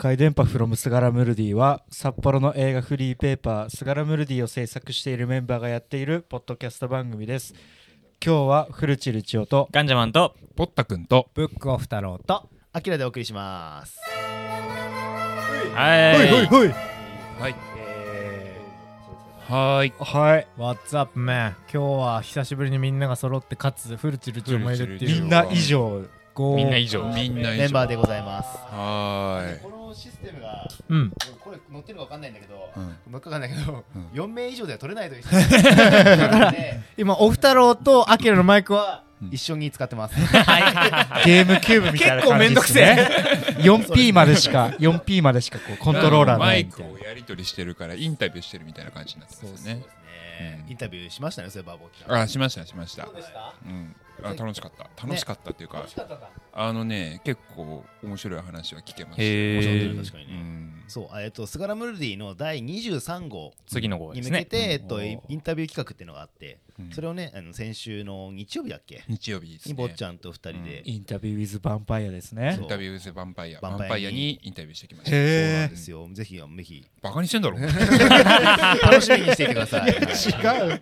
回電波フロムスガラムルディは札幌の映画フリーペーパースガラムルディを制作しているメンバーがやっているポッドキャスト番組です。今日はフルチルチオとガンジャマンとポッタくんとブックオフ太郎とアキラでお送りします。 はいはいはい What's up man。 今日は久しぶりにみんなが揃ってかつフルチルチオもいるっていうみんな以上みんな以上メンバーでございます。 はーい。 このシステムが、これ乗ってるか分かんないんだけど、乗っかかんないけど、4名以上では取れないという今オフ太郎とアキラのマイクは一緒に使ってます。 ゲームキューブみたいな感じですね。4P までしかこうコントローラーないみたいな。 マイクをやり取りしてるからインタビューしてるみたいな感じになってますよね。 インタビューしましたね、そういえば僕。 しました。 どうでした？ 楽しかったっていうか、結構面白い話は聞けました。 確かにね。そうスガラムルディの第23号次の号に向けてインタビュー企画っていうのがあって、それをね先週の日曜日だっけ？ 日曜日ですね。 に坊ちゃんと2人でインタビューウィズヴァンパイアですね。 インタビューウィズヴァンパイアにインタビューしてきました。 そうなんですよ。ぜひバカにしてんだろ。 楽しみにしていてください。 違う。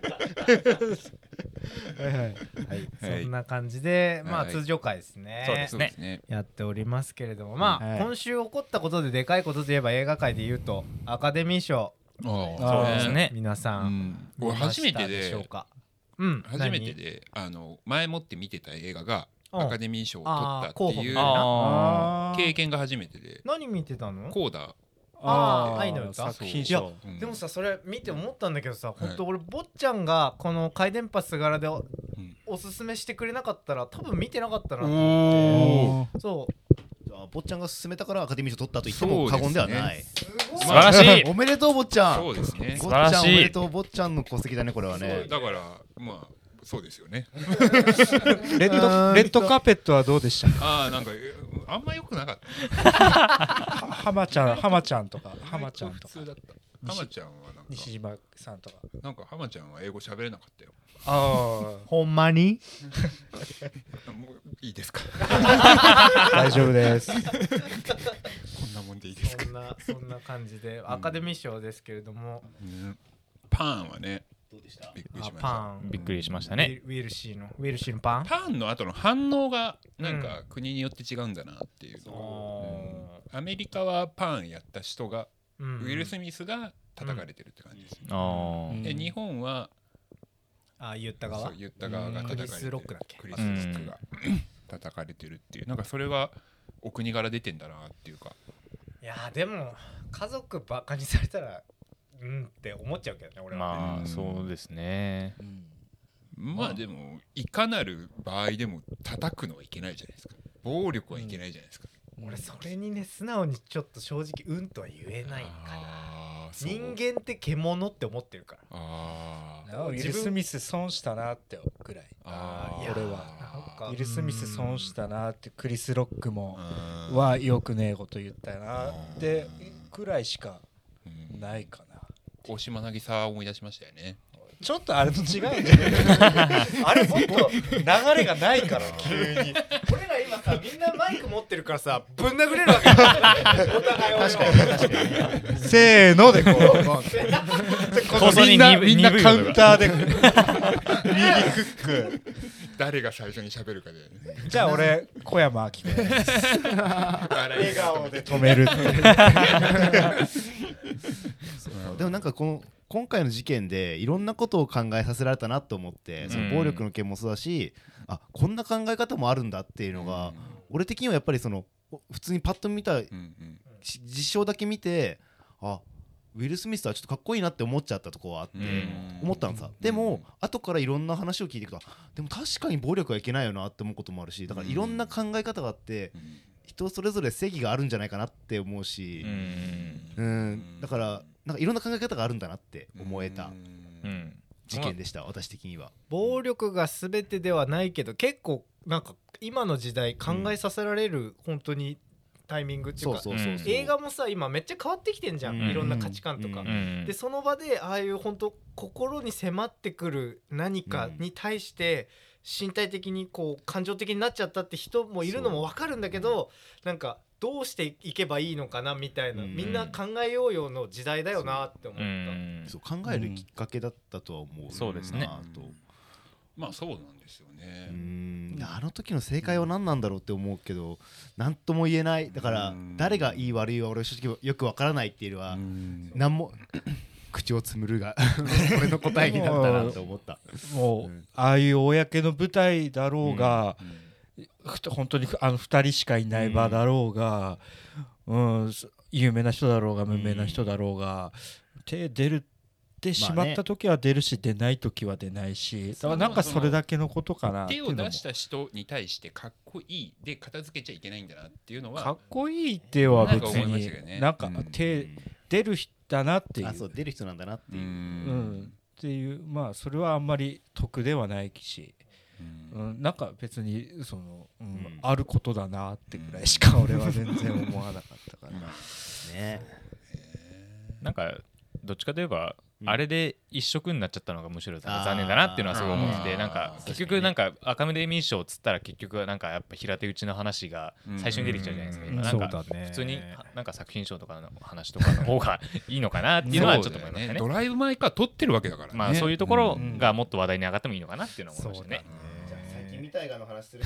そんな感じで通常回ですね。 そうですね。 やっておりますけれども、今週起こったことででかいことといえば映画界で言うとアカデミー賞。 そうですね。 皆さんこれ初めてで初めてで前もって見てた映画がアカデミー賞を取ったっていう経験が初めてで。 何見てたの？ コーダ。 愛の歌。 作品賞。でもさ、それ見て思ったんだけどさ、本当俺坊ちゃんがこの回電波すがらでおすすめしてくれなかったら多分見てなかったなと思って。そう。 坊ちゃんが勧めたからアカデミー賞取ったと言っても過言ではない。 素晴らしい。 おめでとう坊ちゃん。 そうですね。 素晴らしい。おめでとう坊ちゃんの功績だねこれはね。 だからそうですよね。 レッドカーペットはどうでしたか？ あんま良くなかった。 浜ちゃんとか普通だった。浜ちゃんは西島さんとか浜ちゃんは英語喋れなかったよ。 ほんまに？ もういいですか？ 大丈夫です。 こんなもんでいいですか？ そんな感じでアカデミー賞ですけれども、 パンはね。 どうでした？ びっくりしました。 びっくりしましたね。 ウィルシーのパンの後の反応が国によって違うんだなっていう。アメリカはパンやった人がウィル・スミスが叩かれてるって感じです。で日本は言った側が叩かれてる。 クリス・ロックだっけ？ クリス・ロックが叩かれてるっていうそれがお国柄出てんだなっていうか。 いやでも家族バカにされたらって思っちゃうけどね俺は。 そうですね。 でもいかなる場合でも叩くのはいけないじゃないですか。暴力はいけないじゃないですか。 俺それにね素直にちょっと正直とは言えないかな。人間って獣って思ってるから。 ウィル・スミス損したなってぐらい。俺はウィル・スミス損したなって、クリス・ロックもはよくねえこと言ったよなってくらいしかないかな。 大島渚思い出しましたよね。 ちょっとあれと違うんじゃないあれもっと流れがないから急に。 俺ら今さみんなマイク持ってるからさぶん殴れるわけお互いを。 確かにせーのでこうみんなカウンターで右クック。 誰が最初に喋るかで。 じゃあ俺小山明子笑顔で止めるでも今回の事件でいろんなことを考えさせられたなと思って、その暴力の件もそうだし、こんな考え方もあるんだっていうのが、俺的にはやっぱり普通にパッと見た実証だけ見てウィル・スミスはちょっとかっこいいなって思っちゃったところはあって思ったのさ。でも後からいろんな話を聞いていくとでも確かに暴力はいけないよなって思うこともあるし、だからいろんな考え方があって人それぞれ正義があるんじゃないかなって思うし、だからいろんな考え方があるんだなって思えた事件でした。私的には暴力が全てではないけど結構今の時代考えさせられる本当にタイミングっていうか、映画もさ今めっちゃ変わってきてんじゃん、いろんな価値観とか、でその場でああいう本当心に迫ってくる何かに対して身体的にこう感情的になっちゃったって人もいるのも分かるんだけど、 どうしていけばいいのかなみたいな、みんな考えようよの時代だよなって思った。 そう考えるきっかけだったとは思う。 そうですね。 まあそうなんですよね。 あの時の正解は何なんだろうって思うけど、何とも言えない。だから誰がいい悪いは俺は正直よくわからないっていうのは何も口をつむるが俺の答えになったなと思った。 もうああいう公の舞台だろうが、本当に2人しかいない場だろうが、有名な人だろうが無名な人だろうが、手出るってしまった時は出るし、出ない時は出ないし、だからなんかそれだけのことかな。 手を出した人に対してかっこいいで片付けちゃいけないんだなっていうのは、 かっこいいっては別になんか手出る人だなっていう、 そう出る人なんだなっていう、 っていう、まあそれはあんまり得ではないし、なんか別にその、あることだなってくらいしか俺は全然思わなかったからね。 なんかどっちかといえばあれで一色になっちゃったのがむしろ残念だなっていうのはすごい思ってて、なんか結局なんかアカデミー賞っつったら結局はなんかやっぱ平手打ちの話が最初に出てきちゃうじゃないですか。今なんか普通になんか作品賞とかの話とかの方がいいのかなっていうのはちょっと思いましたね。 ドライブ・マイ・カー撮ってるわけだからね。 まあそういうところがもっと話題に上がってもいいのかなっていうのは思いましたね。 じゃあ最近見た映画の話する。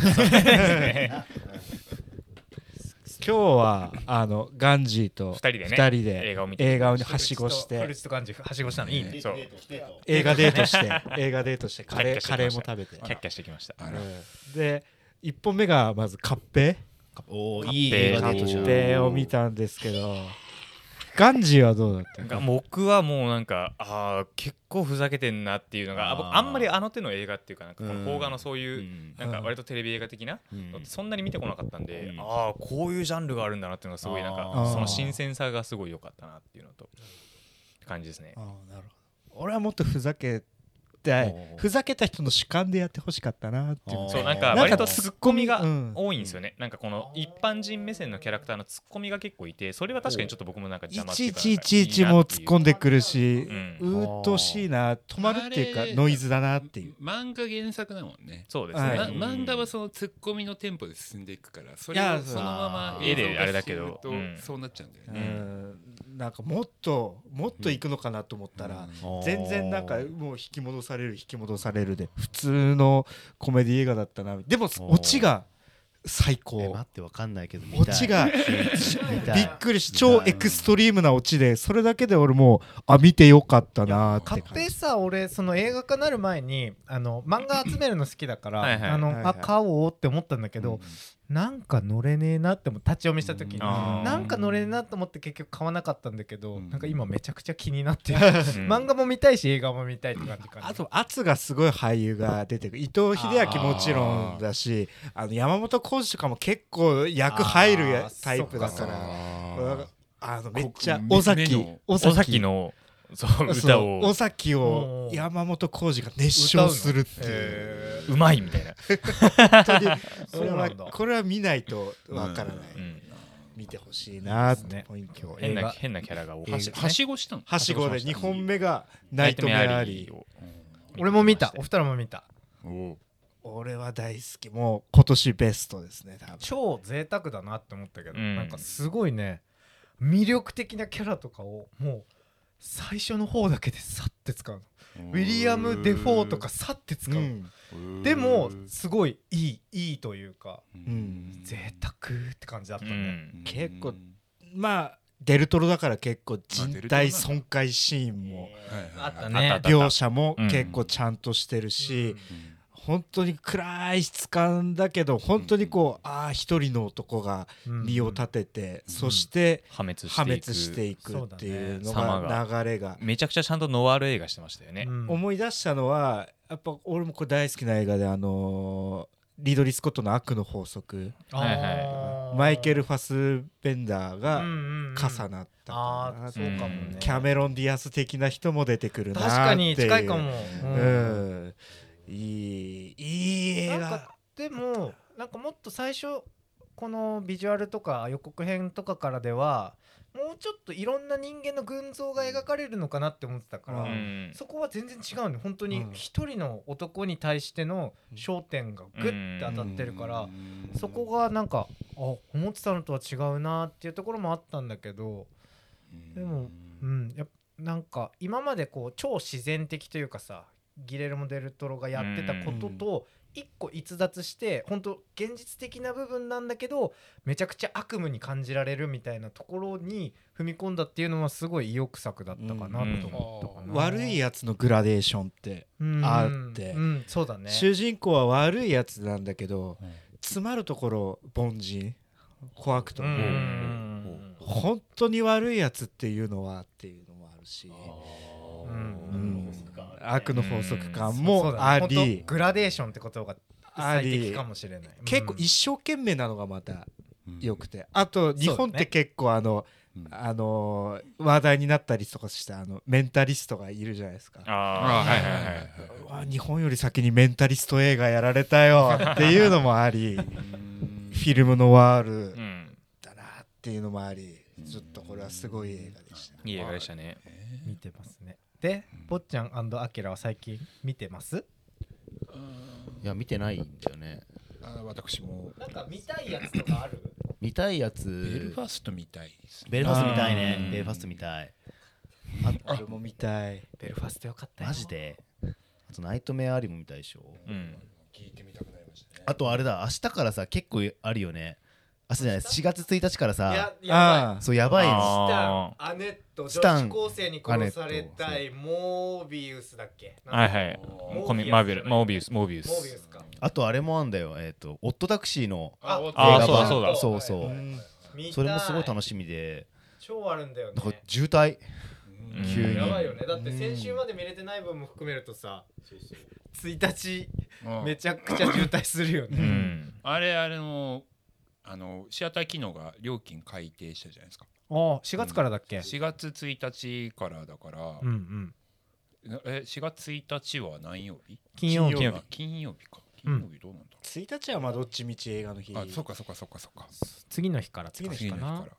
今日はガンジーと2人で映画をはしごして、 フルチとガンジーはしごしたのいいね。 映画デートしてカレーも食べてキャッキャしてきました。 で1本目がまずカッペいい映画デートじゃん。 カッペを見たんですけど、ガンジーはどうだったか。 僕はもうなんか結構ふざけてんなっていうのが、僕あんまりあの手の映画っていうか、なんかこの邦画のそういうなんか割とテレビ映画的なそんなに見てこなかったんで、こういうジャンルがあるんだなっていうのがすごいなんかその新鮮さがすごい良かったなっていうのとって感じですね。 なるほど。俺はもっとふざけた人の主観でやってほしかったなっていう。 そうなんか割とツッコミが多いんですよね。なんかこの一般人目線のキャラクターのツッコミが結構いて、それは確かにちょっと僕もなんか邪魔っていうか、 いちいちも突っ込んでくるし、うっとうしいな、止まるっていうかノイズだなっていう。 漫画原作だもんね。 そうですね。 漫画はそのツッコミのテンポで進んでいくから、それをそのまま絵であれだけどそうなっちゃうんだよね。 なんかもっといくのかなと思ったら、全然なんかもう引き戻されるで普通のコメディ映画だったな。でもオチが最高。 待ってわかんないけどオチがびっくりし、超エクストリームなオチで、それだけで俺も見てよかったなって感じ。カッペさ、俺その映画化なる前に漫画集めるの好きだから買おうって思ったんだけど、なんか乗れねえなって立ち読みした時になんか乗れねえなと思って結局買わなかったんだけど、なんか今めちゃくちゃ気になって漫画も見たいし映画も見たいって感じかな。 あと圧がすごい俳優が出てくる。伊藤英明もちろんだし、山本浩二とかも結構役入るタイプだから、めっちゃ尾崎の歌を尾崎を山本浩二が熱唱するっていう、 うまいみたいな。 本当にこれは見ないとわからない。見てほしいなってポイント。 変なキャラが多かった。 はしごしたの？ はしごで2本目がナイトメアリー。 俺も見た。お二人も見た。 俺は大好き。もう今年ベストですね。 超贅沢だなって思ったけど、なんかすごいね、魅力的なキャラとかをもう最初の方だけでさって使うの。ウィリアム・デフォーとかさって使う、でもすごいいいというか、贅沢って感じだったね。 結構まあデルトロだから結構人体損壊シーンもあったね。 描写も結構ちゃんとしてるし、本当に暗い質感だけど本当にこう一人の男が身を立てて、そして破滅していくっていうのが流れがめちゃくちゃちゃんとノワール映画してましたよね。 思い出したのはやっぱ俺もこれ大好きな映画でリドリー・スコットの悪の法則、マイケル・ファスベンダーが重なったかな。 そうかもね。 キャメロン・ディアス的な人も出てくるなっていう。 確かに近いかも。 いい映画。 でもなんかもっと最初このビジュアルとか予告編とかからではもうちょっといろんな人間の群像が描かれるのかなって思ってたから、そこは全然違うね。本当に一人の男に対しての焦点がグッて当たってるから、そこがなんか思ってたのとは違うなっていうところもあったんだけど、でもなんか今までこう超自然的というかさ、ギレルモ・デルトロがやってたことと一個逸脱して本当現実的な部分なんだけどめちゃくちゃ悪夢に感じられるみたいなところに踏み込んだっていうのはすごい意欲作だったかなと思ったかな。 悪いやつのグラデーションってあって、 そうだね、 主人公は悪いやつなんだけど、詰まるところ凡人怖くとも本当に悪いやつっていうのはっていうのもあるし、悪の法則感もあり、 グラデーションってことが最適かもしれない。 結構一生懸命なのがまた良くて、あと日本って結構話題になったりとかしたメンタリストがいるじゃないですか。日本より先にメンタリスト映画やられたよっていうのもありフィルムノワールだなっていうのもあり、ちょっとこれはすごい映画でした。 いい映画でしたね。 見てますね。で、坊ちゃん&アキラは最近見てます？ いや見てないんだよね。 私もなんか見たいやつとかある？ 見たいやつ、 ベルファスト見たいですね。 ベルファスト見たいね。ベルファスト見たい。 あれも見たい。 ベルファストよかったよマジで。あとナイトメアアリも見たいでしょ。 聞いてみたくなりましたね。 あとあれだ、明日からさ結構あるよね。明日じゃない、4月1日からさ、そうやばいの。アネット、女子高生に殺されたいモービウスだっけ？ はいはい。モービウスか。 あとあれもあんだよ、オットタクシーの映画版。 そうそれもすごい楽しみで。 超あるんだよね。 渋滞急にやばいよね。だって先週まで見れてない分も含めるとさ、1日めちゃくちゃ渋滞するよね。 あれシアター機能が料金改定したじゃないですか。 4月からだっけ ？4月1日からだから、4月1日は何曜日？ 金曜日か。 金曜日どうなんだろう。 1日はまあどっちみち映画の日。 そっか。 次の日から次の日かな。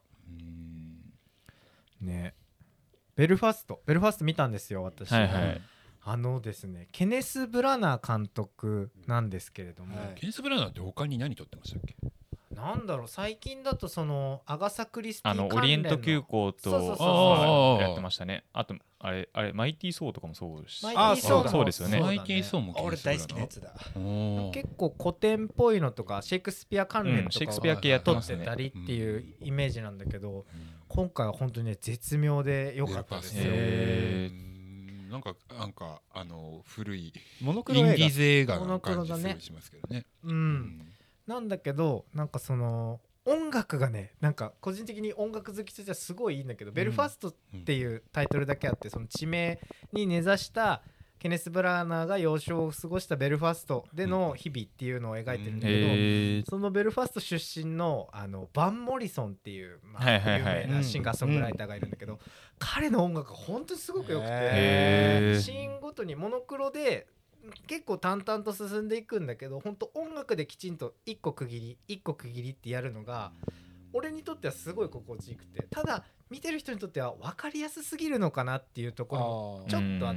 ね、ベルファスト見たんですよ私。ですね、ケネス・ブラナー監督なんですけれども、 ケネス・ブラナーって他に何撮ってましたっけ？ なんだろう、最近だとそのアガサ・クリスティ関連のオリエント急行とやってましたね。あとあれマイティー・ソーとかもそうし、そうですよね。 マイティー・ソーも俺大好きなやつだ。 結構古典っぽいのとかシェイクスピア関連とかを撮ってたりっていうイメージなんだけど、今回は本当にね絶妙で良かったですよ。 なんか古いモノクロ映画、 インディーズ映画の感じしますけどね。 なんだけどなんかその音楽がね、なんか個人的に音楽好きとしてはすごいいいんだけど、ベルファストっていうタイトルだけあって、その地名に根ざしたケネス・ブラーナーが幼少を過ごしたベルファストでの日々っていうのを描いてるんだけど、そのベルファスト出身のバン・モリソンっていう、有名なシンガーソングライターがいるんだけど、彼の音楽が本当にすごく良くて、シーンごとにモノクロで結構淡々と進んでいくんだけど、本当音楽できちんと一個区切りってやるのが俺にとってはすごい心地よくて、ただ見てる人にとっては分かりやすすぎるのかなっていうところもちょっとあって、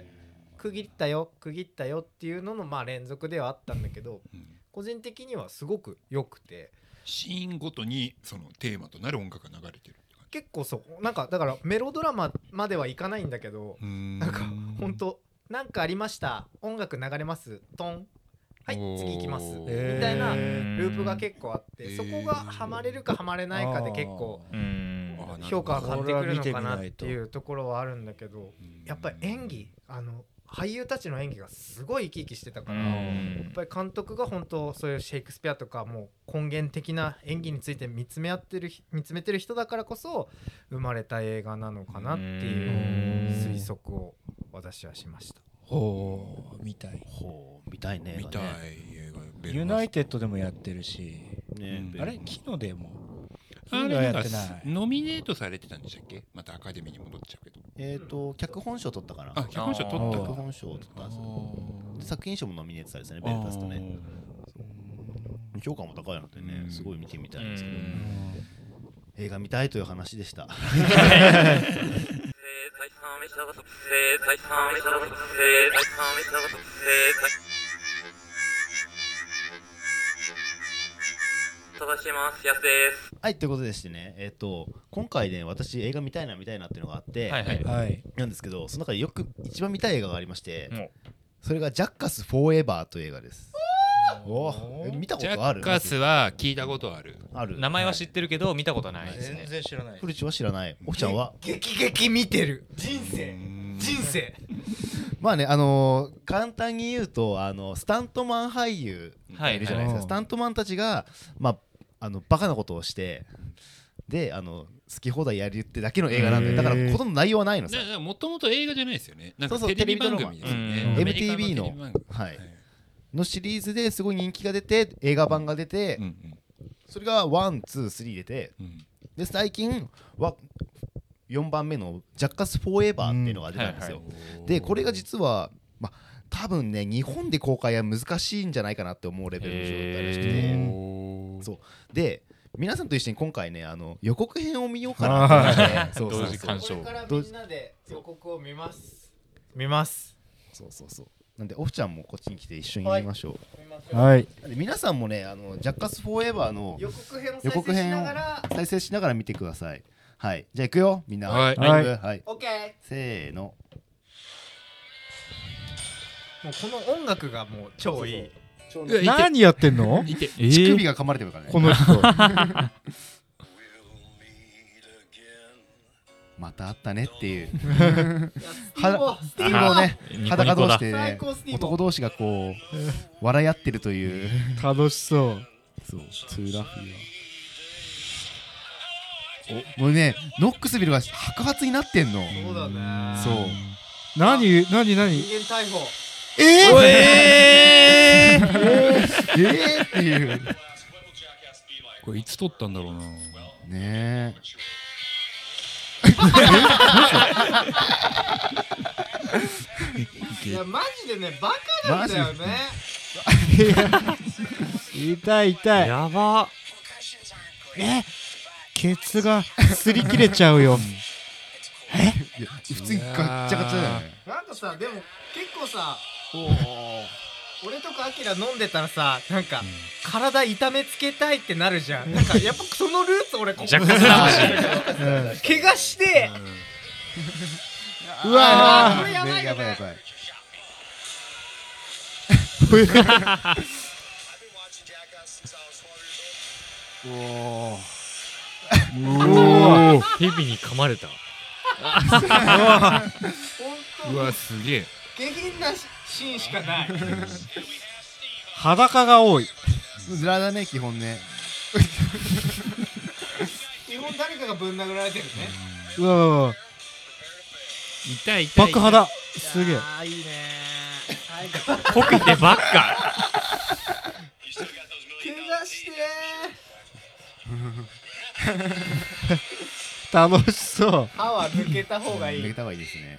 区切ったよっていうのの連続ではあったんだけど、個人的にはすごく良くて、 シーンごとにそのテーマとなる音楽が流れてる。 結構そうなんかだからメロドラマまではいかないんだけど、なんか本当なんかありました、音楽流れます、トン、はい次行きますみたいなループが結構あって、そこがハマれるかハマれないかで結構評価が変わってくるのかなっていうところはあるんだけど、やっぱり演技俳優たちの演技がすごい生き生きしてたから、やっぱり監督が本当そういうシェイクスピアとかもう根源的な演技について見つめてる人だからこそ生まれた映画なのかなっていう推測を私はしました。 見たいね。 見たい映画。 ユナイテッドでもやってるし、あれキノでもノミネートされてたんでしたっけ？またアカデミーに戻っちゃうけど。脚本賞取ったかな。 脚本賞取った。 脚本賞取った。作品賞もノミネートされてたね、ベルファストね。い評価も高いのでね、すごい見てみたいですけど、映画見たいという話でした。はい、ということでしてね、今回ね、私映画見たいなっていうのがあって、なんですけど、その中で一番見たい映画がありまして、それがジャッカス・フォーエバーという映画です。見たことある？ ジャッカスは聞いたことある。 名前は知ってるけど見たことないですね。 全然知らない。 古地は知らない。奥ちゃんは激見てる。人生まあね、簡単に言うとスタントマン俳優がいるじゃないですか。スタントマンたちがバカなことをしてで好き放題やるってだけの映画なんで、だからほとんど内容はないのさ。 もともと映画じゃないですよね。なんかテレビ番組ですよね。 MTV ののシリーズですごい人気が出て、映画版が出て、それが1、2、3出て、で最近は4番目のジャッカス・フォーエバーっていうのが出たんですよ。でこれが実は多分ね、日本で公開は難しいんじゃないかなって思うレベルの状態らしくて、そうで皆さんと一緒に今回ね予告編を見ようかなと思って同時鑑賞。 これからみんなで予告を見ます。 そうなんでオフちゃんもこっちに来て一緒に見ましょう。はい。 皆さんもねジャッカス・フォーエバーの予告編を再生しながら見てください。はい、じゃあ行くよみんな。 はい。 オッケー。 せーの。 もうこの音楽がもう超いい。 何やってんの？ 乳首が噛まれてるからね。 この人。 また会ったねっていう。 スティーボね、裸同士でね、男同士がこう笑い合ってるという。 楽しそう。 そう、ツーラフィー。もうね、ノックスビルが白髪になってんの。 そうだね。 そう。 何？ 人間逮捕。 っていう。 これいつ撮ったんだろうな。 ねえ。 いやマジでねバカなんだよね。 痛い。 やば。 ケツが擦り切れちゃうよ。 普通にガッチャガチャだよね。 なんかさでも結構さ俺とかアキラ飲んでたらさなんか体痛めつけたいってなるじゃん。なんかやっぱそのルーツ俺ここ若干怪我してうわこれやばい。 蛇に噛まれた。 うわすげえ。 下品なシーンしかない。 裸が多い。 ズラだね基本ね。 基本誰かがぶん殴られてるね。 うわ痛い。 爆破だ。すげえ。 あいいね。 こけてばっか。 怪我して楽しそう。 歯は抜けた方がいい。 抜けた方がいいですね。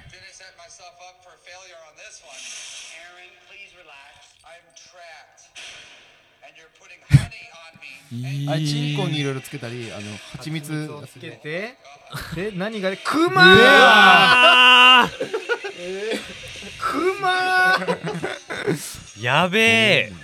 あれチンコにいろいろつけたり蜂蜜をつけてで何がねクマクマやべえ。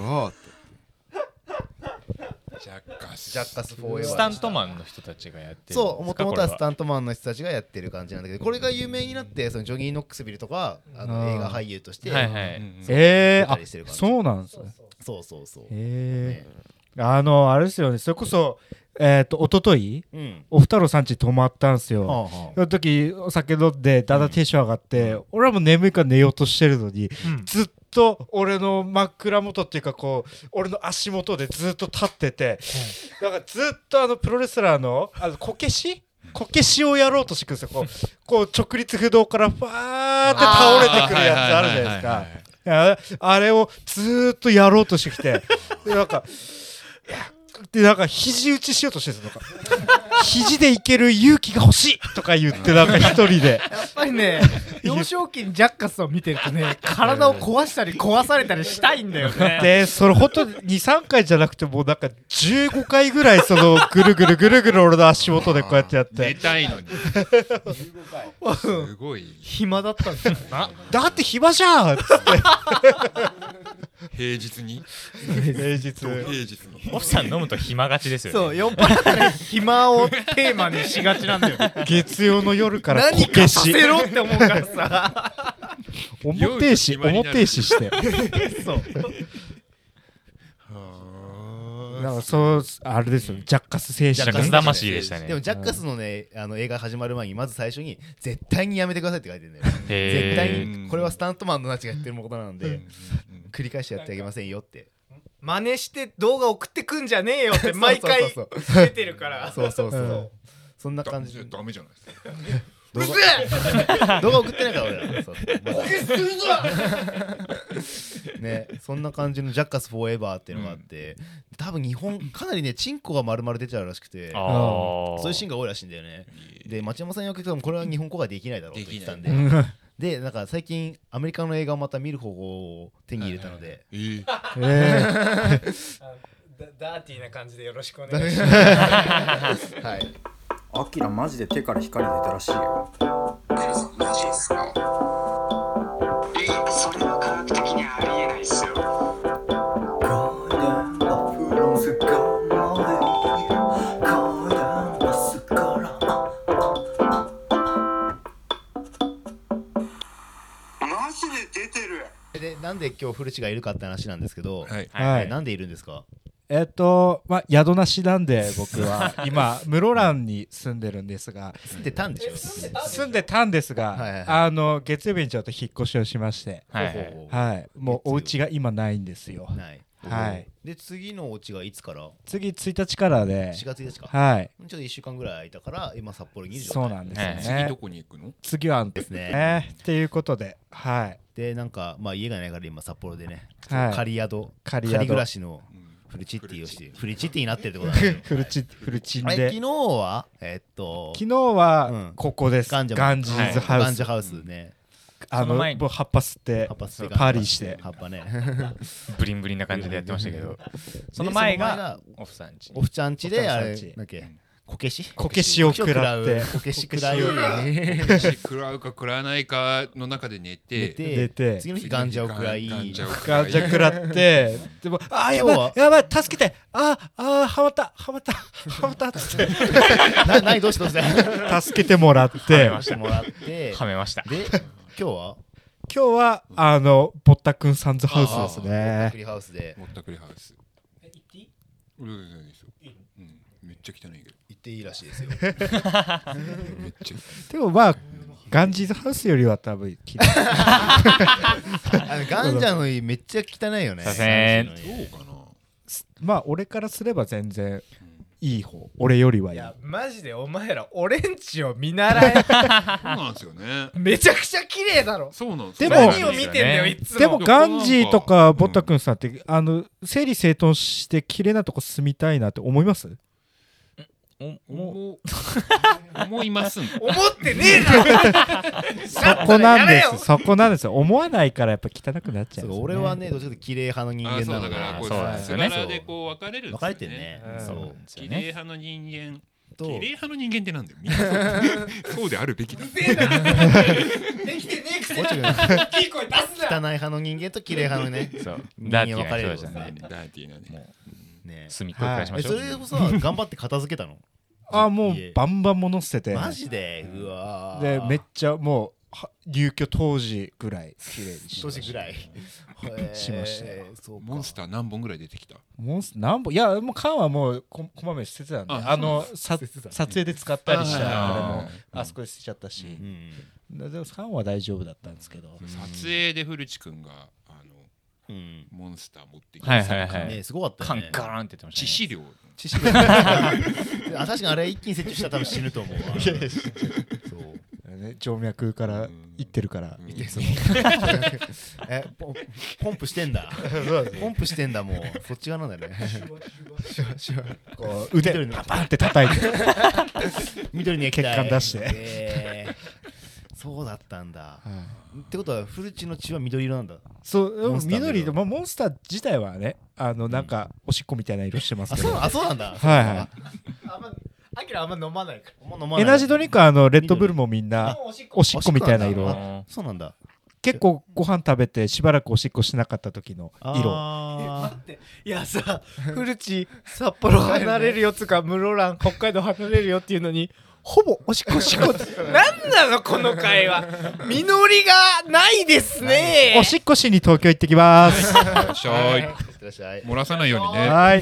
ジャッカスフォーエバー。 スタントマンの人たちがやってる。 そう、もともとはスタントマンの人たちがやってる感じなんだけど、これが有名になってそのジョニー・ノックスビルとか映画俳優としてあ、そうなんですね。 そうあれですよね。それこそ一昨日おふたろさん家泊まったんすよ。その時お酒飲んでだんだんテンション上がって俺はもう眠いから寝ようとしてるのにずっと俺の枕元っていうかこう俺の足元でずっと立っててなんかずっとプロレスラーのこけしをやろうとしてくるんですよ。こう直立不動からファーって倒れてくるやつあるじゃないですか。あれをずっとやろうとしてきてなんか肘打ちしようとしてるんですよ。 肘でいける勇気が欲しいとか言ってなんか一人でやっぱりね幼少期にジャッカスを見てるとね体を壊したり壊されたりしたいんだよね。 でそれほんと23回じゃなくてもうなんか15回ぐらいそのぐるぐるぐるぐる俺の足元でこうやってやって寝たいのにすごい暇だったんだよな。 だって暇じゃんっつって平日に平日オフさん飲むと暇がちですよね。 そう酔っ払ったら暇をテーマにしがちなんだよね。 月曜の夜からこ何かさけしせろって思うからさ表絵師してそうなんかそうあれですよジャッカス精神ジャッカス魂でしたね。 でもジャッカスのね映画始まる前にまず最初に絶対にやめてくださいって書いてるんだよ。絶対にこれはスタントマンのナチが言ってることなので繰り返してやってあげませんよって真似して動画送ってくんじゃねえよって毎回出てるからそうそんな感じでダメじゃないですか動画送ってないから俺らそうねそんな感じのジャッカスフォーエバーっていうのがあって多分日本かなりねチンコが丸々出ちゃうらしくてそういうシーンが多いらしいんだよね。で町山さんに言われてもこれは日本公開できないだろうと言ってたんででなんか最近アメリカの映画をまた見る方法を手に入れたのでダーティーな感じでよろしくお願いします。 はい。 アキラマジで手から光出たらしいよ。 アキラさんマジですか？それは科学的にありえないっすよ。マジで出てる。 でなんで今日古地がいるかって話なんですけど、 はいなんでいるんですか？ まあ宿なしなんで僕は今室蘭に住んでるんですが住んでたんでしょ？ 住んでたんですが月曜日にちょっと引っ越しをしましてはいもうお家が今ないんですよ。はいで次のお家がいつから？ 次1日からで 4月1日か。 はいちょっと1週間ぐらい空いたから今札幌にいる状態。 そうなんですよね。 次どこに行くの？ 次はですねっていうことではいでなんかまあ家がないから今札幌でね仮宿仮暮らしのフルチッティをしてフルチッティになってるってことだね。 フルチンで昨日は昨日はここですガンジーズハウス。 ガンジハウスね。 葉っぱ吸ってパーリーして葉っぱねブリンブリンな感じでやってましたけどその前がオフさんちオフちゃんちであれなんだっけこけしを食らってこけし食らう食らうか食らわないかの中で寝て次の日ガンジャを食らいガンジャ食らってでもやばい助けてはまったっつって何どうして助けてもらってはめました。 で今日はぼったくんサンズハウスですね。 ぼったくりハウスでぼったくりハウス行っていい？めっちゃ汚いけど行っていいらしいですよ。 めっちゃでもまあガンジーズハウスよりは多分綺麗ガンジャの家めっちゃ汚いよね。 そうかな。 まあ俺からすれば全然いい方俺よりはいい。 いやマジでお前らオレンジを見習え。 そうなんですよね。 めちゃくちゃ綺麗だろ。 そうなんですでも何を見てんだよいつも。 でもガンジーとかぼったくんさんって整理整頓して綺麗なとこ住みたいなって思います？ 思います思ってねえじゃん。 そこなんですよ。思わないからやっぱ汚くなっちゃう。 俺はねどっちかというと綺麗派の人間なのでそうですよね。でこう分かれるんですよね。 分かれてね。 綺麗派の人間綺麗派の人間ってなんだよ。みんなそうであるべきだ。 できてねえくせに大きい声出すな。 汚い派の人間と綺麗派のね人間分かれるんですね。 ダーティーなね。 隅っこ返しましょう。 それをさ頑張って片付けたの？ もうバンバン物捨ててマジでうわでめっちゃもう入居当時ぐらい綺麗にしました。 当時ぐらいしました。 モンスター何本ぐらい出てきた？ 何本？いやもう缶はもうこまめに捨ててたんで撮影で使ったりしたあれもあそこで捨てちゃったしでも缶は大丈夫だったんですけど撮影で古地君がモンスター持ってきてすごかったよね。 カンガーンって言ってました。 致死量確かにあれ一気に設置したら多分死ぬと思うわ。 ね、静脈からいってるから、 ポンプしてんだポンプしてんだ、もうそっち側なんだよねこう腕パパンって叩いて緑に血管出して、 そうだったんだ、ってことはフルチの血は緑色なんだ。 そう緑で、モンスター自体はねなんかおしっこみたいな色してますけど、 そうなんだ。 アキラあんま飲まないから。エナジードリンクはレッドブルもみんなおしっこみたいな色。 そうなんだ。 結構ご飯食べてしばらくおしっこしなかった時の色。 待って、いやさ、フルチ札幌離れるよつか室蘭北海道離れるよっていうのにほぼおしっこなんなのこの会話、実りがないですね。 おしっこしに東京行ってきます。 漏らさないようにね。 はい。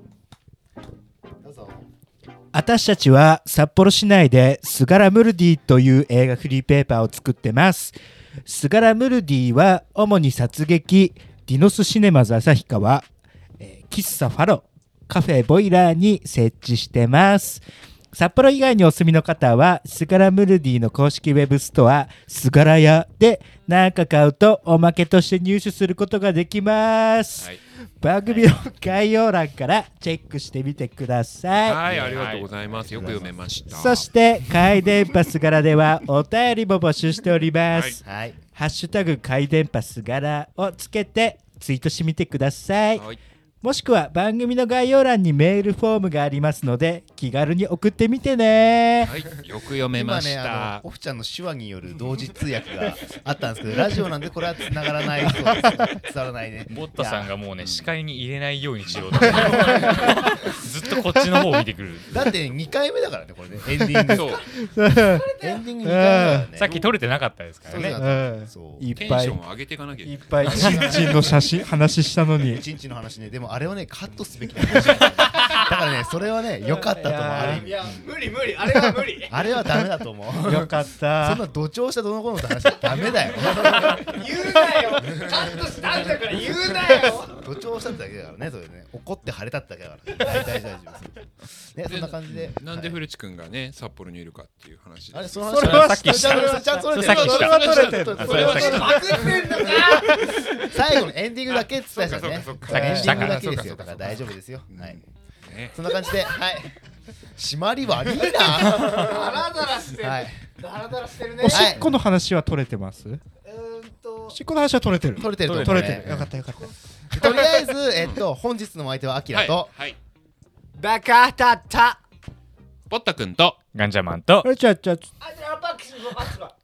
私たちは札幌市内でスガラムルディという映画フリーペーパーを作ってます。スガラムルディは主に殺撃、ディノスシネマズ旭川、喫茶ファロ、カフェボイラーに設置してます。札幌以外にお住みの方はスガラムルディの公式ウェブストアスガラ屋で何か買うとおまけとして入手することができます、はい、番組の概要欄からチェックしてみてください。 はい、ありがとうございます。よく読めました。 そして回電波スガラではお便りも募集しております、はい、ハッシュタグ回電波スガラをつけてツイートしてみてください、はい、もしくは番組の概要欄にメールフォームがありますので気軽に送ってみてね。 はい、よく読めました。 今ね、オフちゃんの手話による同時通訳があったんですけど、ラジオなんでこれは繋がらないそうです。伝わらないね。 ボッタさんがもうね視界に入れないようにしようとずっとこっちの方を見てくる。 だって2回目だからねこれね、エンディング。そうエンディング2回目だからね。 さっき撮れてなかったですからね。 そうテンションを上げていかなきゃいけない。 いっぱいチンチンの写真話したのに。 チンチンの話ね、でもあれをねカットすべきだからね、それはね良かったと思う。あれいや無理あれは無理あれはダメだと思う。 よかった。 そんな同調したどの子のって話はダメだよ。 言うなよ、カットしたんだから言うなよ。 同調しただけだからね、それね、怒って晴れたってだけだから大丈夫ね。そんな感じでなんで古地君がね札幌にいるかっていう話。 あれその話はさっきした。 それは取れてる。 それはパクってんのか。 最後のエンディングだけっつったじゃんね。エンディングだけですよ。だから大丈夫ですよ。はい。そんな感じで、はい。締まり悪いな。 ダラダラしてる。ダラダラしてるね。 おしっこの話は取れてます？おしっこの話は取れてる。 取れてる。 よかった。 とりあえず本日のお相手はアキラとバカタタポッタ君とガンジャマンとちゃあ、じゃあバックスの